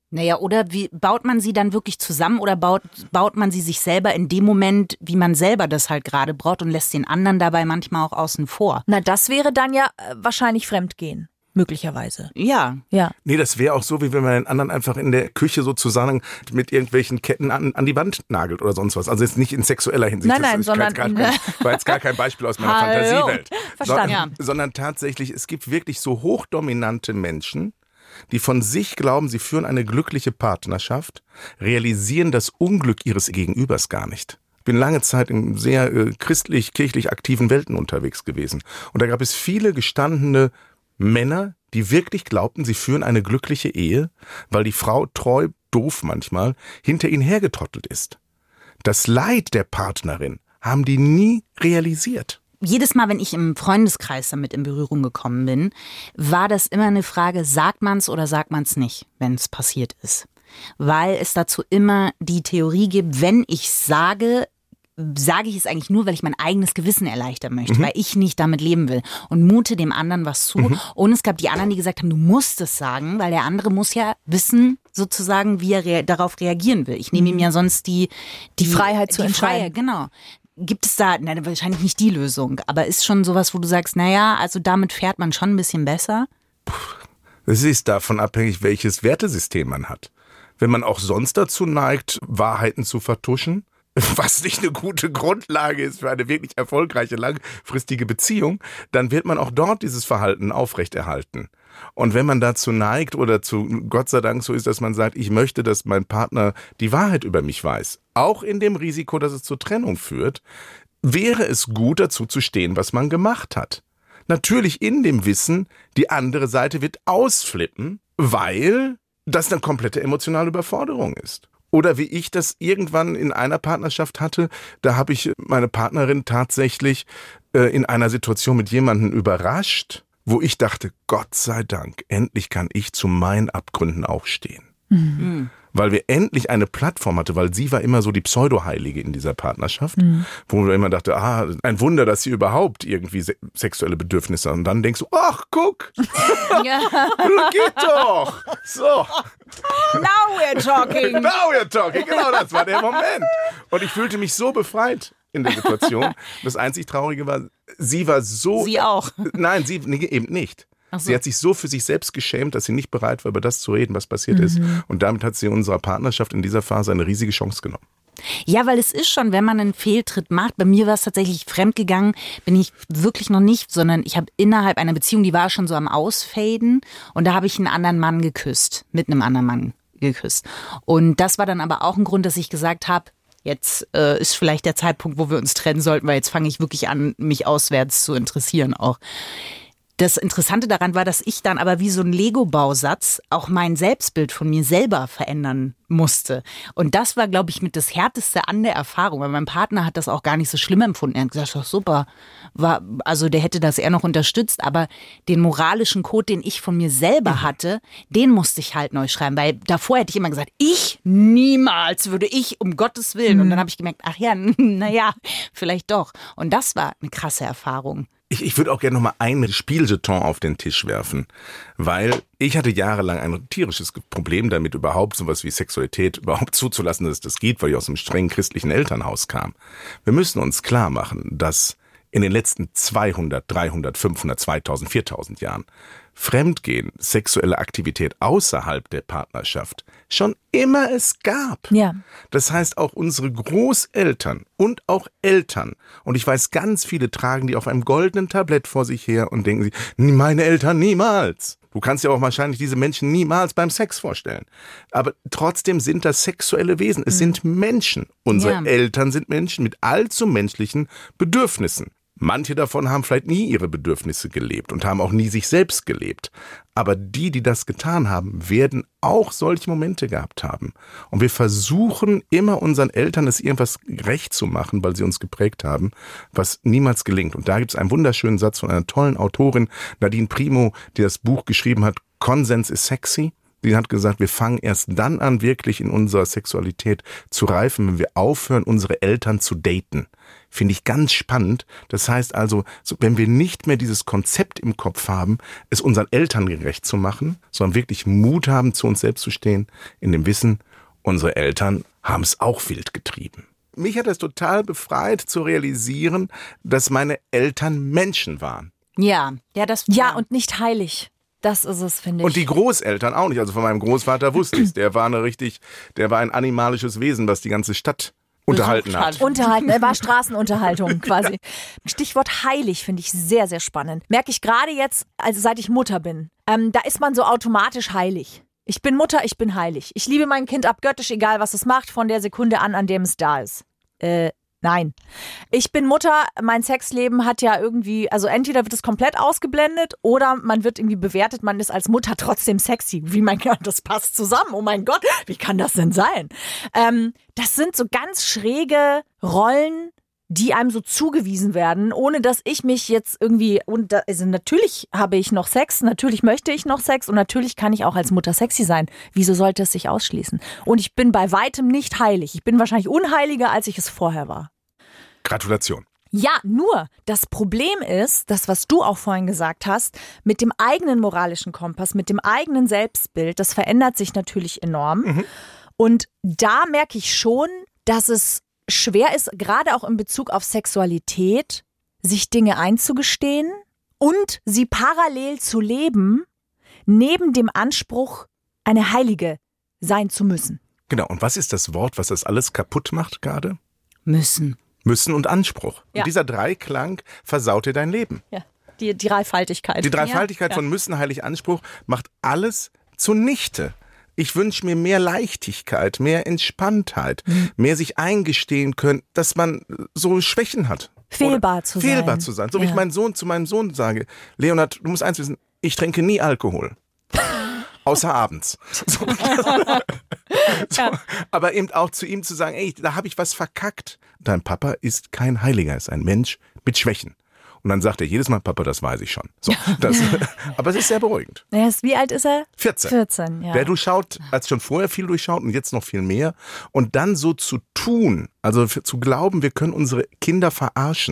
Naja, oder wie baut man sie dann wirklich zusammen oder baut, baut man sie sich selber in dem Moment, wie man selber das halt gerade braucht und lässt den anderen dabei manchmal auch außen vor? Na, das wäre dann ja äh, wahrscheinlich Fremdgehen. Möglicherweise. Ja. Ja. Nee, das wäre auch so, wie wenn man den anderen einfach in der Küche sozusagen mit irgendwelchen Ketten an, an die Wand nagelt oder sonst was. Also jetzt nicht in sexueller Hinsicht. Nein, nein, das sondern... Kein, war jetzt gar kein Beispiel aus meiner Hallo. Fantasiewelt. Verstanden. Sondern, sondern tatsächlich, es gibt wirklich so hochdominante Menschen, die von sich glauben, sie führen eine glückliche Partnerschaft, realisieren das Unglück ihres Gegenübers gar nicht. Ich bin lange Zeit in sehr äh, christlich-kirchlich aktiven Welten unterwegs gewesen. Und da gab es viele gestandene Männer, die wirklich glaubten, sie führen eine glückliche Ehe, weil die Frau treu, doof manchmal, hinter ihnen hergetrottelt ist. Das Leid der Partnerin haben die nie realisiert. Jedes Mal, wenn ich im Freundeskreis damit in Berührung gekommen bin, war das immer eine Frage, sagt man's oder sagt man's nicht, wenn es passiert ist. Weil es dazu immer die Theorie gibt, wenn ich sage, sage ich es eigentlich nur, weil ich mein eigenes Gewissen erleichtern möchte, mhm. weil ich nicht damit leben will und mute dem anderen was zu. Mhm. Und es gab die anderen, die gesagt haben, du musst es sagen, weil der andere muss ja wissen, sozusagen, wie er rea- darauf reagieren will. Ich nehme ihm ja sonst die, die, die Freiheit zu die entscheiden. Freiheit, genau. Gibt es da, nein, wahrscheinlich nicht die Lösung, aber ist schon sowas, wo du sagst, naja, also damit fährt man schon ein bisschen besser? Es ist davon abhängig, welches Wertesystem man hat. Wenn man auch sonst dazu neigt, Wahrheiten zu vertuschen, was nicht eine gute Grundlage ist für eine wirklich erfolgreiche, langfristige Beziehung, dann wird man auch dort dieses Verhalten aufrechterhalten. Und wenn man dazu neigt oder zu Gott sei Dank so ist, dass man sagt, ich möchte, dass mein Partner die Wahrheit über mich weiß, auch in dem Risiko, dass es zur Trennung führt, wäre es gut, dazu zu stehen, was man gemacht hat. Natürlich in dem Wissen, die andere Seite wird ausflippen, weil das eine komplette emotionale Überforderung ist. Oder wie ich das irgendwann in einer Partnerschaft hatte, da habe ich meine Partnerin tatsächlich äh, in einer Situation mit jemandem überrascht, wo ich dachte, Gott sei Dank, endlich kann ich zu meinen Abgründen auch stehen. Mhm. Weil wir endlich eine Plattform hatten, weil sie war immer so die Pseudo-Heilige in dieser Partnerschaft, mhm. wo man immer dachte, ah, ein Wunder, dass sie überhaupt irgendwie se- sexuelle Bedürfnisse hat. Und dann denkst du, ach, guck, Ja. geht doch. So. Now we're talking. Now we're talking, genau, das war der Moment. Und ich fühlte mich so befreit in der Situation. Das einzig Traurige war, sie war so... Sie auch. Nein, sie nee, eben nicht. Ach so. Sie hat sich so für sich selbst geschämt, dass sie nicht bereit war, über das zu reden, was passiert mhm. ist. Und damit hat sie in unserer Partnerschaft in dieser Phase eine riesige Chance genommen. Ja, weil es ist schon, wenn man einen Fehltritt macht, bei mir war es tatsächlich fremdgegangen, bin ich wirklich noch nicht, sondern ich habe innerhalb einer Beziehung, die war schon so am Ausfaden und da habe ich einen anderen Mann geküsst, mit einem anderen Mann geküsst. Und das war dann aber auch ein Grund, dass ich gesagt habe, jetzt äh, ist vielleicht der Zeitpunkt, wo wir uns trennen sollten, weil jetzt fange ich wirklich an, mich auswärts zu interessieren auch. Das Interessante daran war, dass ich dann aber wie so ein Lego-Bausatz auch mein Selbstbild von mir selber verändern musste. Und das war, glaube ich, mit das Härteste an der Erfahrung, weil mein Partner hat das auch gar nicht so schlimm empfunden. Er hat gesagt, doch super, war, also der hätte das eher noch unterstützt, aber den moralischen Code, den ich von mir selber hatte, den musste ich halt neu schreiben, weil davor hätte ich immer gesagt, ich niemals würde ich, um Gottes Willen. Und dann habe ich gemerkt, ach ja, naja, vielleicht doch. Und das war eine krasse Erfahrung. Ich, ich würde auch gerne noch mal ein Spieljeton auf den Tisch werfen, weil ich hatte jahrelang ein tierisches Problem damit, überhaupt sowas wie Sexualität überhaupt zuzulassen, dass das geht, weil ich aus einem strengen christlichen Elternhaus kam. Wir müssen uns klar machen, dass in den letzten zweihundert, dreihundert, fünfhundert, zweitausend, viertausend Jahren Fremdgehen, sexuelle Aktivität außerhalb der Partnerschaft schon immer es gab. Ja. Das heißt, auch unsere Großeltern und auch Eltern, und ich weiß, ganz viele tragen die auf einem goldenen Tablett vor sich her und denken sich, meine Eltern niemals. Du kannst dir auch wahrscheinlich diese Menschen niemals beim Sex vorstellen. Aber trotzdem sind das sexuelle Wesen. Es mhm. sind Menschen. Unsere ja. Eltern sind Menschen mit allzu menschlichen Bedürfnissen. Manche davon haben vielleicht nie ihre Bedürfnisse gelebt und haben auch nie sich selbst gelebt. Aber die, die das getan haben, werden auch solche Momente gehabt haben. Und wir versuchen immer unseren Eltern es irgendwas recht zu machen, weil sie uns geprägt haben, was niemals gelingt. Und da gibt es einen wunderschönen Satz von einer tollen Autorin, Nadine Primo, die das Buch geschrieben hat, Konsens ist sexy. Die hat gesagt, wir fangen erst dann an, wirklich in unserer Sexualität zu reifen, wenn wir aufhören, unsere Eltern zu daten. Finde ich ganz spannend. Das heißt also, so, wenn wir nicht mehr dieses Konzept im Kopf haben, es unseren Eltern gerecht zu machen, sondern wirklich Mut haben, zu uns selbst zu stehen, in dem Wissen, unsere Eltern haben es auch wild getrieben. Mich hat es total befreit zu realisieren, dass meine Eltern Menschen waren. Ja, ja, das. Ja, und nicht heilig. Das ist es, finde ich. Und die Großeltern auch nicht. Also von meinem Großvater wusste ich es. Der war eine richtig, der war ein animalisches Wesen, was die ganze Stadt unterhalten hat. Unterhalten, er war Straßenunterhaltung quasi. Stichwort heilig finde ich sehr, sehr spannend. Merke ich gerade jetzt, also seit ich Mutter bin. Ähm, da ist man so automatisch heilig. Ich bin Mutter, ich bin heilig. Ich liebe mein Kind abgöttisch, egal was es macht, von der Sekunde an, an dem es da ist. Äh, Nein. Ich bin Mutter, mein Sexleben hat ja irgendwie, also entweder wird es komplett ausgeblendet oder man wird irgendwie bewertet, man ist als Mutter trotzdem sexy. Wie mein Gott, das passt zusammen. Oh mein Gott, wie kann das denn sein? Ähm, das sind so ganz schräge Rollen, die einem so zugewiesen werden, ohne dass ich mich jetzt irgendwie, und da, also natürlich habe ich noch Sex, natürlich möchte ich noch Sex und natürlich kann ich auch als Mutter sexy sein. Wieso sollte es sich ausschließen? Und ich bin bei weitem nicht heilig. Ich bin wahrscheinlich unheiliger, als ich es vorher war. Gratulation. Ja, nur das Problem ist, das, was du auch vorhin gesagt hast, mit dem eigenen moralischen Kompass, mit dem eigenen Selbstbild, das verändert sich natürlich enorm. Mhm. Und da merke ich schon, dass es schwer ist, gerade auch in Bezug auf Sexualität, sich Dinge einzugestehen und sie parallel zu leben, neben dem Anspruch, eine Heilige sein zu müssen. Genau, und was ist das Wort, was das alles kaputt macht gerade? Müssen. Müssen und Anspruch. Ja. Und dieser Dreiklang versaut dir dein Leben. Ja, die, die Dreifaltigkeit. Die Dreifaltigkeit ja. von Müssen, Heilig, Anspruch macht alles zunichte. Ich wünsche mir mehr Leichtigkeit, mehr Entspanntheit, mhm. mehr sich eingestehen können, dass man so Schwächen hat. Fehlbar zu sein. Fehlbar zu sein. So ja. wie ich meinen Sohn zu meinem Sohn sage, Leonard, du musst eins wissen, ich trinke nie Alkohol. Außer abends. So. so. Ja. Aber eben auch zu ihm zu sagen, ey, da habe ich was verkackt. Dein Papa ist kein Heiliger, ist ein Mensch mit Schwächen. Und dann sagt er jedes Mal, Papa, das weiß ich schon. So, das, aber es ist sehr beruhigend. Wie alt ist er? vierzehn. vierzehn, ja. Der durchschaut, als schon vorher viel durchschaut und jetzt noch viel mehr. Und dann so zu tun, also zu glauben, wir können unsere Kinder verarschen.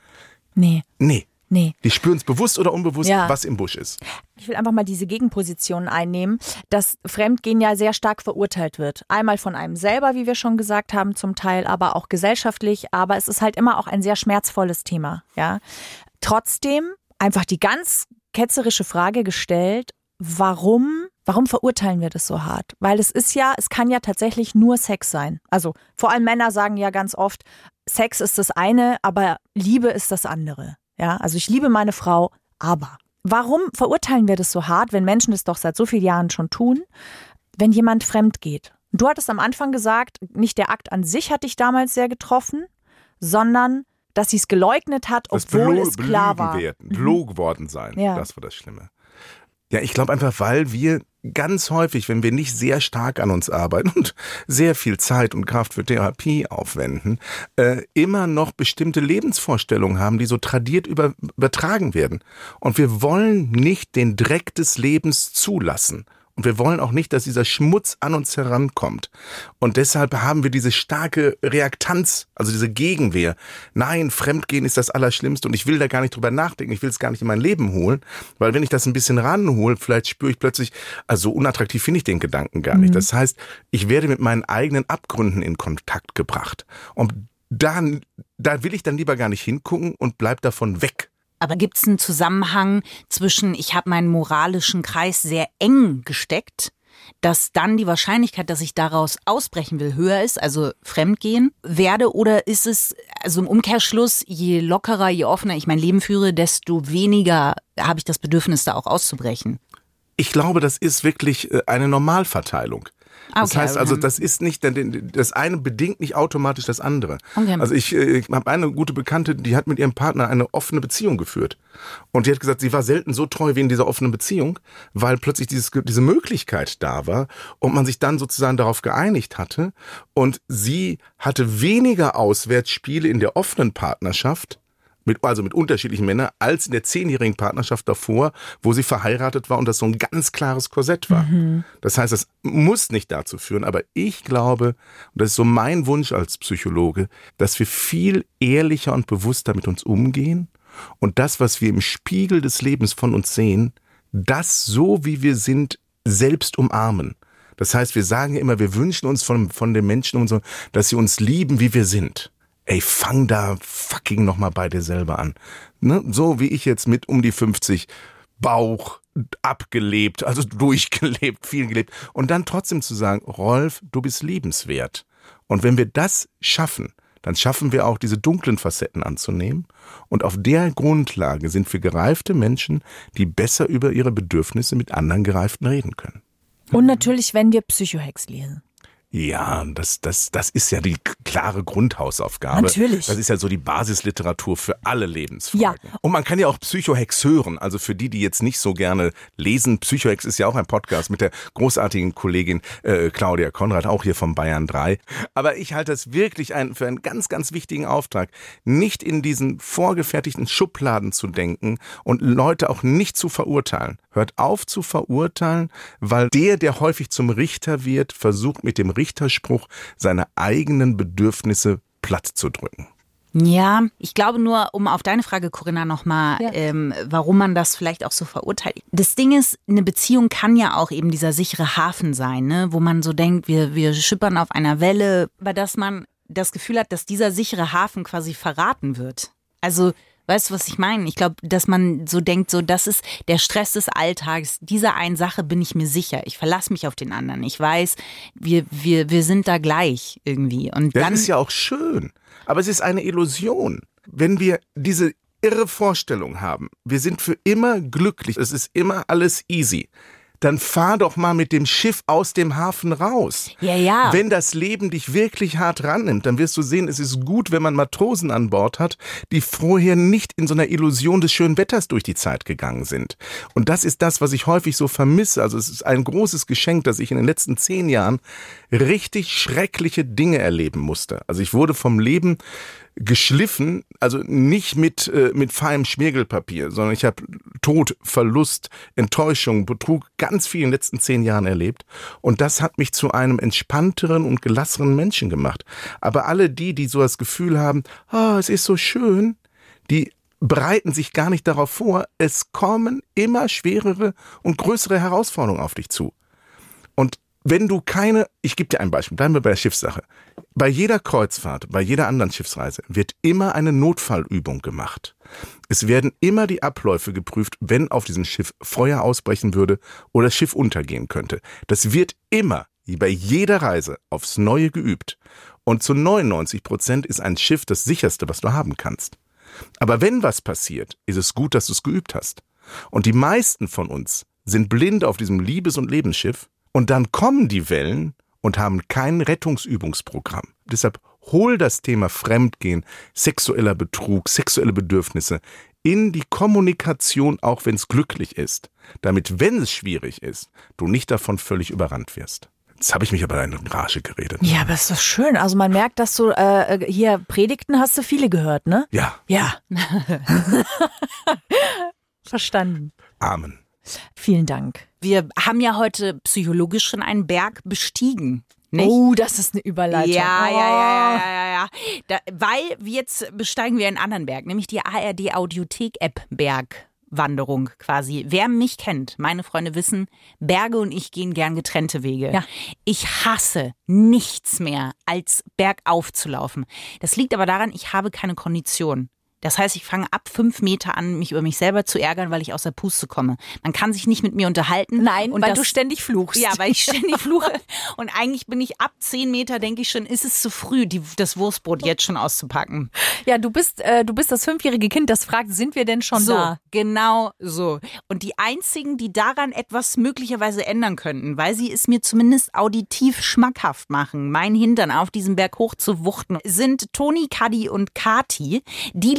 Nee. Nee. Nee. Die spüren es bewusst oder unbewusst, ja. was im Busch ist. Ich will einfach mal diese Gegenposition einnehmen, dass Fremdgehen ja sehr stark verurteilt wird. Einmal von einem selber, wie wir schon gesagt haben, zum Teil, aber auch gesellschaftlich. Aber es ist halt immer auch ein sehr schmerzvolles Thema. Ja. Trotzdem einfach die ganz ketzerische Frage gestellt, warum, warum verurteilen wir das so hart? Weil es ist ja, es kann ja tatsächlich nur Sex sein. Also vor allem Männer sagen ja ganz oft, Sex ist das eine, aber Liebe ist das andere. Ja, also ich liebe meine Frau, aber warum verurteilen wir das so hart, wenn Menschen das doch seit so vielen Jahren schon tun, wenn jemand fremd geht? Du hattest am Anfang gesagt, nicht der Akt an sich hat dich damals sehr getroffen, sondern dass sie es geleugnet hat, obwohl das es klar war. Werden, belogen worden sein, ja. Das war das Schlimme. Ja, ich glaube einfach, weil wir ganz häufig, wenn wir nicht sehr stark an uns arbeiten und sehr viel Zeit und Kraft für Therapie aufwenden, äh, immer noch bestimmte Lebensvorstellungen haben, die so tradiert über, übertragen werden. Und wir wollen nicht den Dreck des Lebens zulassen. Und wir wollen auch nicht, dass dieser Schmutz an uns herankommt. Und deshalb haben wir diese starke Reaktanz, also diese Gegenwehr. Nein, Fremdgehen ist das Allerschlimmste und ich will da gar nicht drüber nachdenken. Ich will es gar nicht in mein Leben holen. Weil wenn ich das ein bisschen ranhole, vielleicht spüre ich plötzlich, also unattraktiv finde ich den Gedanken gar nicht. Mhm. Das heißt, ich werde mit meinen eigenen Abgründen in Kontakt gebracht. Und dann, da will ich dann lieber gar nicht hingucken und bleib davon weg. Aber gibt es einen Zusammenhang zwischen, ich habe meinen moralischen Kreis sehr eng gesteckt, dass dann die Wahrscheinlichkeit, dass ich daraus ausbrechen will, höher ist, also fremdgehen werde? Oder ist es, also im Umkehrschluss, je lockerer, je offener ich mein Leben führe, desto weniger habe ich das Bedürfnis, da auch auszubrechen? Ich glaube, das ist wirklich eine Normalverteilung. Das okay, heißt also, das ist nicht, das eine bedingt nicht automatisch das andere. Okay. Also ich, ich habe eine gute Bekannte, die hat mit ihrem Partner eine offene Beziehung geführt. Und die hat gesagt, sie war selten so treu wie in dieser offenen Beziehung, weil plötzlich dieses, diese Möglichkeit da war und man sich dann sozusagen darauf geeinigt hatte. Und sie hatte weniger Auswärtsspiele in der offenen Partnerschaft mit, also mit unterschiedlichen Männern, als in der zehnjährigen Partnerschaft davor, wo sie verheiratet war und das so ein ganz klares Korsett war. Mhm. Das heißt, das muss nicht dazu führen, aber ich glaube, und das ist so mein Wunsch als Psychologe, dass wir viel ehrlicher und bewusster mit uns umgehen und das, was wir im Spiegel des Lebens von uns sehen, das so, wie wir sind, selbst umarmen. Das heißt, wir sagen ja immer, wir wünschen uns von, von den Menschen, und so, dass sie uns lieben, wie wir sind. Ey, fang da fucking nochmal bei dir selber an. Ne? So wie ich jetzt mit um die fünfzig, Bauch abgelebt, also durchgelebt, viel gelebt. Und dann trotzdem zu sagen, Rolf, du bist liebenswert. Und wenn wir das schaffen, dann schaffen wir auch diese dunklen Facetten anzunehmen. Und auf der Grundlage sind wir gereifte Menschen, die besser über ihre Bedürfnisse mit anderen Gereiften reden können. Und natürlich, wenn wir Psychohex lesen. Ja, das, das, das ist ja die klare Grundhausaufgabe. Natürlich. Das ist ja so die Basisliteratur für alle Lebensfragen. Ja. Und man kann ja auch Psychohex hören. Also für die, die jetzt nicht so gerne lesen. Psychohex ist ja auch ein Podcast mit der großartigen Kollegin äh, Claudia Konrad, auch hier vom Bayern drei. Aber ich halte das wirklich ein, für einen ganz, ganz wichtigen Auftrag, nicht in diesen vorgefertigten Schubladen zu denken und Leute auch nicht zu verurteilen. Hört auf zu verurteilen, weil der, der häufig zum Richter wird, versucht mit dem Richterspruch seine eigenen Bedürfnisse platt zu drücken. Ja, ich glaube nur, um auf deine Frage, Corinna, nochmal, ja. ähm, warum man das vielleicht auch so verurteilt. Das Ding ist, eine Beziehung kann ja auch eben dieser sichere Hafen sein, ne? Wo man so denkt, wir, wir schippern auf einer Welle, bei dass man das Gefühl hat, dass dieser sichere Hafen quasi verraten wird. Also, weißt du, was ich meine? Ich glaube, dass man so denkt, so das ist der Stress des Alltags. Dieser einen Sache bin ich mir sicher. Ich verlasse mich auf den anderen. Ich weiß, wir, wir, wir sind da gleich irgendwie. Und das dann ist ja auch schön. Aber es ist eine Illusion. Wenn wir diese irre Vorstellung haben, wir sind für immer glücklich, es ist immer alles easy, dann fahr doch mal mit dem Schiff aus dem Hafen raus. Ja, ja. Wenn das Leben dich wirklich hart rannimmt, dann wirst du sehen, es ist gut, wenn man Matrosen an Bord hat, die vorher nicht in so einer Illusion des schönen Wetters durch die Zeit gegangen sind. Und das ist das, was ich häufig so vermisse. Also es ist ein großes Geschenk, dass ich in den letzten zehn Jahren richtig schreckliche Dinge erleben musste. Also ich wurde vom Leben geschliffen, also nicht mit äh, mit feinem Schmirgelpapier, sondern ich habe Tod, Verlust, Enttäuschung, Betrug ganz viel in den letzten zehn Jahren erlebt und das hat mich zu einem entspannteren und gelassenen Menschen gemacht. Aber alle die, die so das Gefühl haben, ah, es ist so schön, die bereiten sich gar nicht darauf vor, es kommen immer schwerere und größere Herausforderungen auf dich zu. Und wenn du keine, ich gebe dir ein Beispiel, bleiben wir bei der Schiffssache. Bei jeder Kreuzfahrt, bei jeder anderen Schiffsreise wird immer eine Notfallübung gemacht. Es werden immer die Abläufe geprüft, wenn auf diesem Schiff Feuer ausbrechen würde oder das Schiff untergehen könnte. Das wird immer, bei jeder Reise, aufs Neue geübt. Und zu neunundneunzig Prozent ist ein Schiff das sicherste, was du haben kannst. Aber wenn was passiert, ist es gut, dass du es geübt hast. Und die meisten von uns sind blind auf diesem Liebes- und Lebensschiff. Und dann kommen die Wellen und haben kein Rettungsübungsprogramm. Deshalb hol das Thema Fremdgehen, sexueller Betrug, sexuelle Bedürfnisse in die Kommunikation, auch wenn es glücklich ist. Damit, wenn es schwierig ist, du nicht davon völlig überrannt wirst. Jetzt habe ich mich aber in Rage geredet. Ja, aber ist doch schön. Also man merkt, dass du äh, hier Predigten hast du viele gehört, ne? Ja. Ja. Verstanden. Amen. Vielen Dank. wir haben ja heute psychologisch schon einen Berg bestiegen. Nicht? Oh, das ist eine Überleitung. Ja, oh. ja, ja, ja, ja, ja. Da, weil jetzt besteigen wir einen anderen Berg, nämlich die A R D Audiothek-App Bergwanderung quasi. Wer mich kennt, meine Freunde wissen, Berge und ich gehen gern getrennte Wege. Ja. Ich hasse nichts mehr, als bergauf zu laufen. Das liegt aber daran, ich habe keine Kondition. Das heißt, ich fange ab fünf Meter an, mich über mich selber zu ärgern, weil ich aus der Puste komme. Man kann sich nicht mit mir unterhalten. Nein, und weil das, du ständig fluchst. Ja, weil ich ständig fluche. Und eigentlich bin ich ab zehn Meter, denke ich schon, ist es zu früh, die, das Wurstbrot jetzt schon auszupacken. Ja, du bist, äh, du bist das fünfjährige Kind, das fragt, sind wir denn schon so, da? Genau so. Und die einzigen, die daran etwas möglicherweise ändern könnten, weil sie es mir zumindest auditiv schmackhaft machen, mein Hintern auf diesem Berg hoch zu wuchten, sind Toni, Kadi und Kati. Die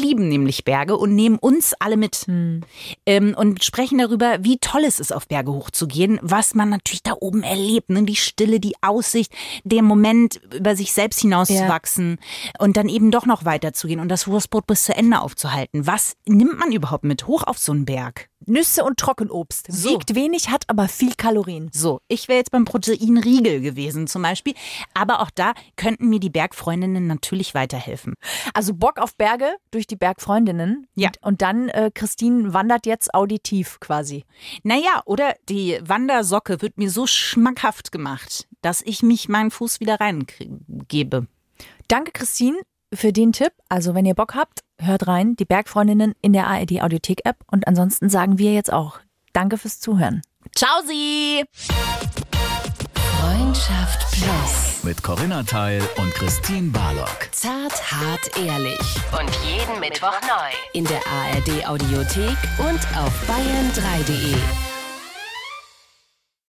lieben nämlich Berge und nehmen uns alle mit. Hm. Ähm, und sprechen darüber, wie toll es ist, auf Berge hochzugehen, was man natürlich da oben erlebt. Ne? Die Stille, die Aussicht, der Moment, über sich selbst hinauszuwachsen ja. und dann eben doch noch weiterzugehen und das Wurstbrot bis zu Ende aufzuhalten. Was nimmt man überhaupt mit hoch auf so einen Berg? Nüsse und Trockenobst. So. Wiegt wenig, hat aber viel Kalorien. So, ich wäre jetzt beim Proteinriegel gewesen zum Beispiel. Aber auch da könnten mir die Bergfreundinnen natürlich weiterhelfen. Also Bock auf Berge durch die Bergfreundinnen. Ja. Und, und dann, äh, Christine wandert jetzt auditiv quasi. Naja, oder die Wandersocke wird mir so schmackhaft gemacht, dass ich mich meinen Fuß wieder reingebe. Danke, Christine, für den Tipp. Also wenn ihr Bock habt, hört rein, die Bergfreundinnen in der A R D Audiothek-App. Und ansonsten sagen wir jetzt auch Danke fürs Zuhören. Ciao Sie! Freundschaft Plus. Mit Corinna Teil und Christine Barlock. Zart, hart, ehrlich. Und jeden Mittwoch neu. In der A R D Audiothek und auf bayern drei punkt de.